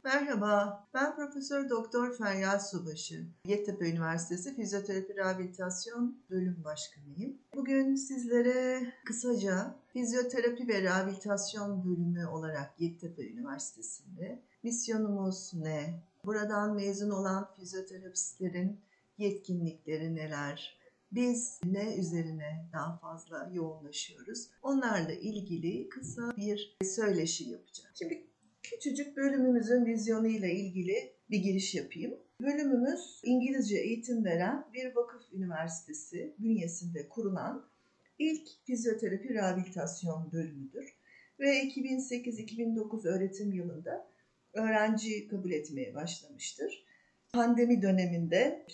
Merhaba, ben Profesör Doktor Feryal Subaşı. Yeditepe Üniversitesi Fizyoterapi Rehabilitasyon Bölüm Başkanıyım. Bugün sizlere kısaca fizyoterapi ve rehabilitasyon bölümü olarak Yeditepe Üniversitesi'nde misyonumuz ne? Buradan mezun olan fizyoterapistlerin yetkinlikleri neler? Biz ne üzerine daha fazla yoğunlaşıyoruz? Onlarla ilgili kısa bir söyleşi yapacağım. Şimdi küçücük bölümümüzün vizyonuyla ilgili bir giriş yapayım. Bölümümüz İngilizce eğitim veren bir vakıf üniversitesi bünyesinde kurulan ilk fizyoterapi rehabilitasyon bölümüdür. Ve 2008-2009 öğretim yılında öğrenci kabul etmeye başlamıştır. Pandemi döneminde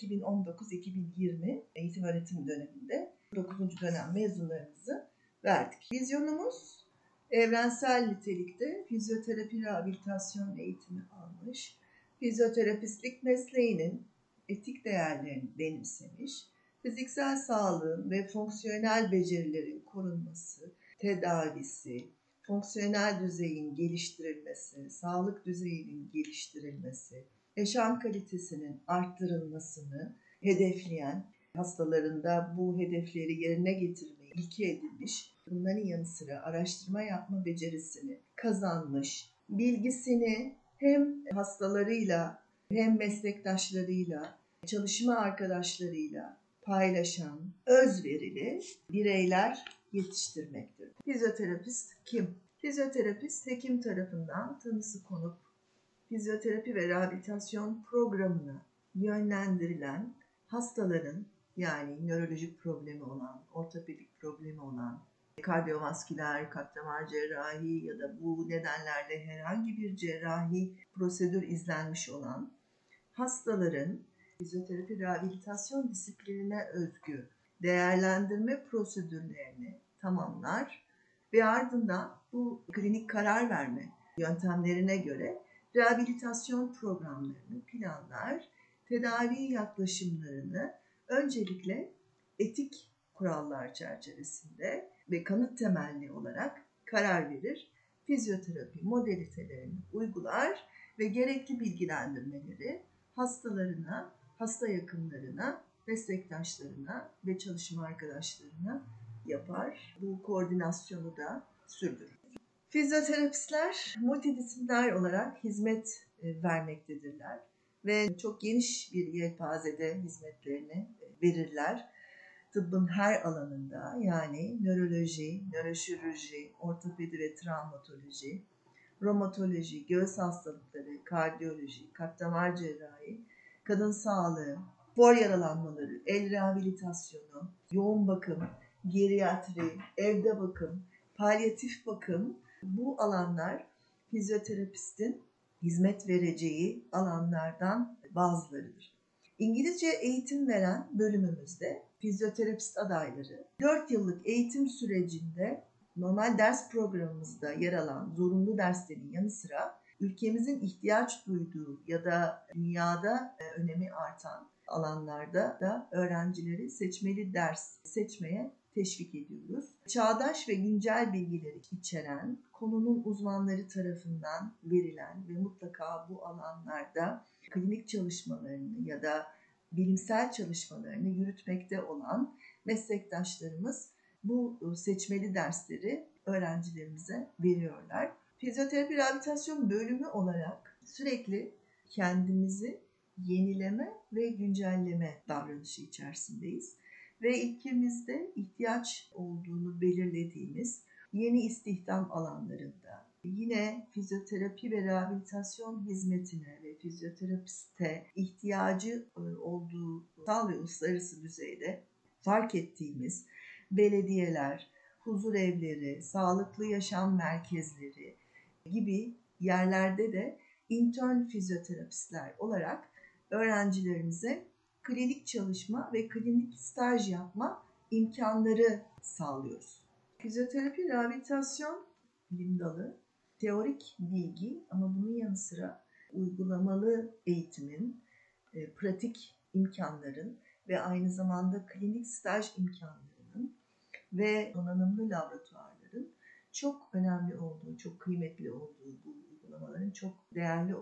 2019-2020 eğitim öğretim döneminde 9. dönem mezunlarımızı verdik. Vizyonumuz evrensel nitelikte fizyoterapi rehabilitasyon eğitimi almış, fizyoterapistlik mesleğinin etik değerlerini benimsemiş, fiziksel sağlığın ve fonksiyonel becerilerin korunması, tedavisi, fonksiyonel düzeyin geliştirilmesi, sağlık düzeyinin geliştirilmesi, yaşam kalitesinin arttırılmasını hedefleyen, hastalarında bu hedefleri yerine getirmeyi ilke edinmiş, bunların yanı sıra araştırma yapma becerisini kazanmış, bilgisini hem hastalarıyla hem meslektaşlarıyla, çalışma arkadaşlarıyla paylaşan özverili bireyler yetiştirmektir. Fizyoterapist kim? Fizyoterapist hekim tarafından tanısı konup fizyoterapi ve rehabilitasyon programına yönlendirilen hastaların, yani nörolojik problemi olan, ortopedik problemi olan, kardiyovasküler, kalp damar cerrahi ya da bu nedenlerle herhangi bir cerrahi prosedür izlenmiş olan hastaların fizyoterapi rehabilitasyon disiplinine özgü değerlendirme prosedürlerini tamamlar ve ardından bu klinik karar verme yöntemlerine göre rehabilitasyon programlarını planlar, tedavi yaklaşımlarını öncelikle etik kurallar çerçevesinde ve kanıt temelli olarak karar verir, fizyoterapi modalitelerini uygular ve gerekli bilgilendirmeleri hastalarına, hasta yakınlarına, meslektaşlarına ve çalışma arkadaşlarına yapar. Bu koordinasyonu da sürdürür. Fizyoterapistler multidisipliner olarak hizmet vermektedirler ve çok geniş bir yelpazede hizmetlerini verirler. Tıbbın her alanında, yani nöroloji, nöroşirurji, ortopedi ve travmatoloji, romatoloji, göğüs hastalıkları, kardiyoloji, kalp damar cerrahi, kadın sağlığı, spor yaralanmaları, el rehabilitasyonu, yoğun bakım, geriatri, evde bakım, palyatif bakım, bu alanlar fizyoterapistin hizmet vereceği alanlardan bazılarıdır. İngilizce eğitim veren bölümümüzde fizyoterapist adayları 4 yıllık eğitim sürecinde normal ders programımızda yer alan zorunlu derslerin yanı sıra ülkemizin ihtiyaç duyduğu ya da dünyada önemi artan alanlarda da öğrencileri seçmeli ders seçmeye teşvik ediyoruz. Çağdaş ve güncel bilgileri içeren, konunun uzmanları tarafından verilen ve mutlaka bu alanlarda klinik çalışmalarını ya da bilimsel çalışmalarını yürütmekte olan meslektaşlarımız bu seçmeli dersleri öğrencilerimize veriyorlar. Fizyoterapi rehabilitasyon bölümü olarak sürekli kendimizi yenileme ve güncelleme davranışı içerisindeyiz. Ve ülkemizde ihtiyaç olduğunu belirlediğimiz yeni istihdam alanlarında, yine fizyoterapi ve rehabilitasyon hizmetine ve fizyoterapiste ihtiyacı olduğu ulusal ve uluslararası düzeyde fark ettiğimiz belediyeler, huzur evleri, sağlıklı yaşam merkezleri gibi yerlerde de intern fizyoterapistler olarak öğrencilerimize klinik çalışma ve klinik staj yapma imkanları sağlıyoruz. Fizyoterapi rehabilitasyon bilim dalı, teorik bilgi ama bunun yanı sıra uygulamalı eğitimin, pratik imkanların ve aynı zamanda klinik staj imkanlarının ve donanımlı laboratuvarların çok önemli olduğu, çok kıymetli olduğu, bu uygulamaların çok değerli olduğu bir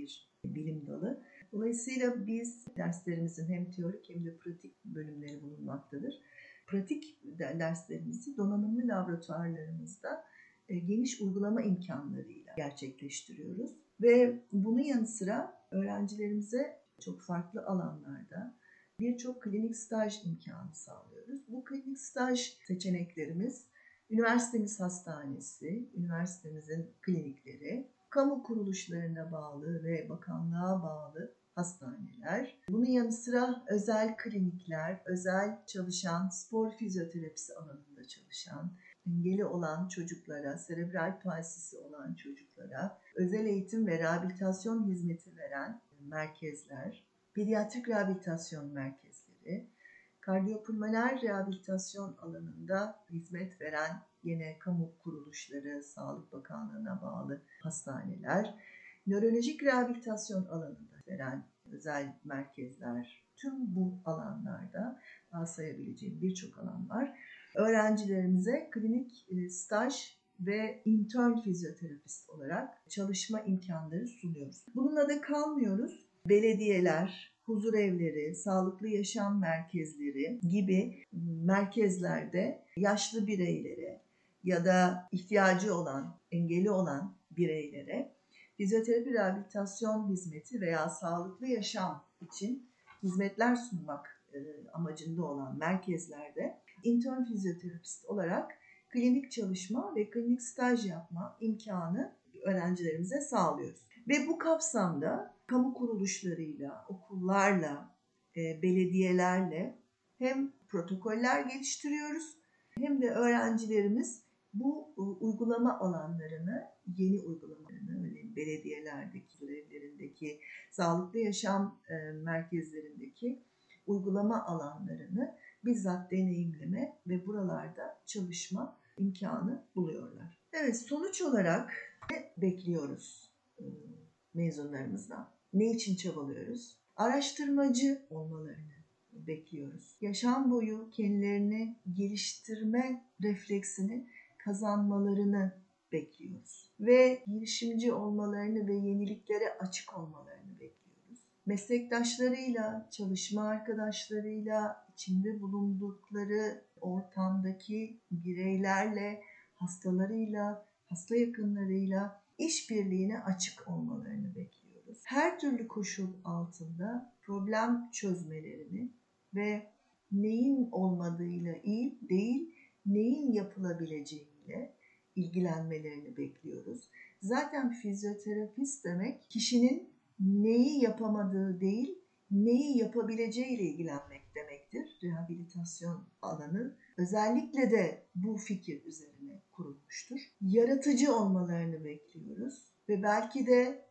bir bilim dalı. Dolayısıyla biz derslerimizin hem teorik hem de pratik bölümleri bulunmaktadır. Pratik derslerimizi donanımlı laboratuvarlarımızda geniş uygulama imkanlarıyla gerçekleştiriyoruz. Ve bunun yanı sıra öğrencilerimize çok farklı alanlarda birçok klinik staj imkanı sağlıyoruz. Bu klinik staj seçeneklerimiz üniversitemiz hastanesi, üniversitemizin klinikleri, kamu kuruluşlarına bağlı ve bakanlığa bağlı hastaneler. Bunun yanı sıra özel klinikler, özel çalışan, spor fizyoterapisi alanında çalışan, engeli olan çocuklara, serebral palsisi olan çocuklara, özel eğitim ve rehabilitasyon hizmeti veren merkezler, pediatrik rehabilitasyon merkezleri, kardiyopulmoner rehabilitasyon alanında hizmet veren yine kamu kuruluşları, Sağlık Bakanlığı'na bağlı hastaneler, nörolojik rehabilitasyon alanında veren özel merkezler, tüm bu alanlarda daha sayabileceğim birçok alan var. Öğrencilerimize klinik staj ve intern fizyoterapist olarak çalışma imkanları sunuyoruz. Bununla da kalmıyoruz. Belediyeler, huzur evleri, sağlıklı yaşam merkezleri gibi merkezlerde yaşlı bireylere ya da ihtiyacı olan, engeli olan bireylere fizyoterapi rehabilitasyon hizmeti veya sağlıklı yaşam için hizmetler sunmak amacında olan merkezlerde intern fizyoterapist olarak klinik çalışma ve klinik staj yapma imkanı öğrencilerimize sağlıyoruz. Ve bu kapsamda kamu kuruluşlarıyla, okullarla, belediyelerle hem protokoller geliştiriyoruz hem de öğrencilerimiz bu uygulama alanlarını, yeni uygulamalarını, örneğin belediyelerdeki, evlerindeki, sağlıklı yaşam merkezlerindeki uygulama alanlarını bizzat deneyimleme ve buralarda çalışma imkanı buluyorlar. Evet, sonuç olarak ne bekliyoruz mezunlarımızdan? Ne için çabalıyoruz? Araştırmacı olmalarını bekliyoruz. Yaşam boyu kendilerini geliştirme refleksini kazanmalarını bekliyoruz. Ve girişimci olmalarını ve yeniliklere açık olmalarını bekliyoruz. Meslektaşlarıyla, çalışma arkadaşlarıyla, içinde bulundukları ortamdaki bireylerle, hastalarıyla, hasta yakınlarıyla işbirliğine açık olmalarını bekliyoruz. Her türlü koşul altında problem çözmelerini ve neyin olmadığıyla değil, neyin yapılabileceğiyle ilgilenmelerini bekliyoruz. Zaten fizyoterapist demek kişinin neyi yapamadığı değil, neyi yapabileceğiyle ilgilenmek demektir. Rehabilitasyon alanı özellikle de bu fikir üzerine kurulmuştur. Yaratıcı olmalarını bekliyoruz ve belki de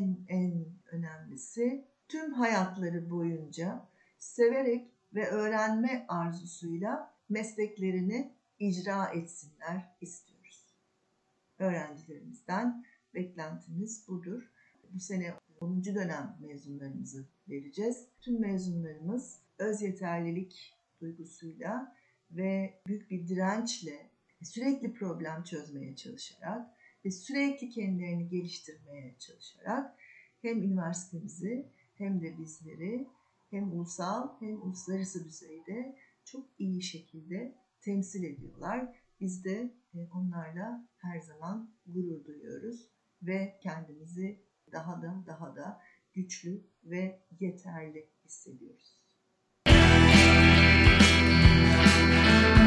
en önemlisi tüm hayatları boyunca severek ve öğrenme arzusuyla mesleklerini icra etsinler istiyoruz. Öğrencilerimizden beklentimiz budur. Bu sene 10. dönem mezunlarımızı vereceğiz. Tüm mezunlarımız öz yeterlilik duygusuyla ve büyük bir dirençle sürekli problem çözmeye çalışarak ve sürekli kendilerini geliştirmeye çalışarak hem üniversitemizi hem de bizleri hem ulusal hem uluslararası düzeyde çok iyi şekilde temsil ediyorlar. Biz de onlarla her zaman gurur duyuyoruz ve kendimizi daha da güçlü ve yeterli hissediyoruz.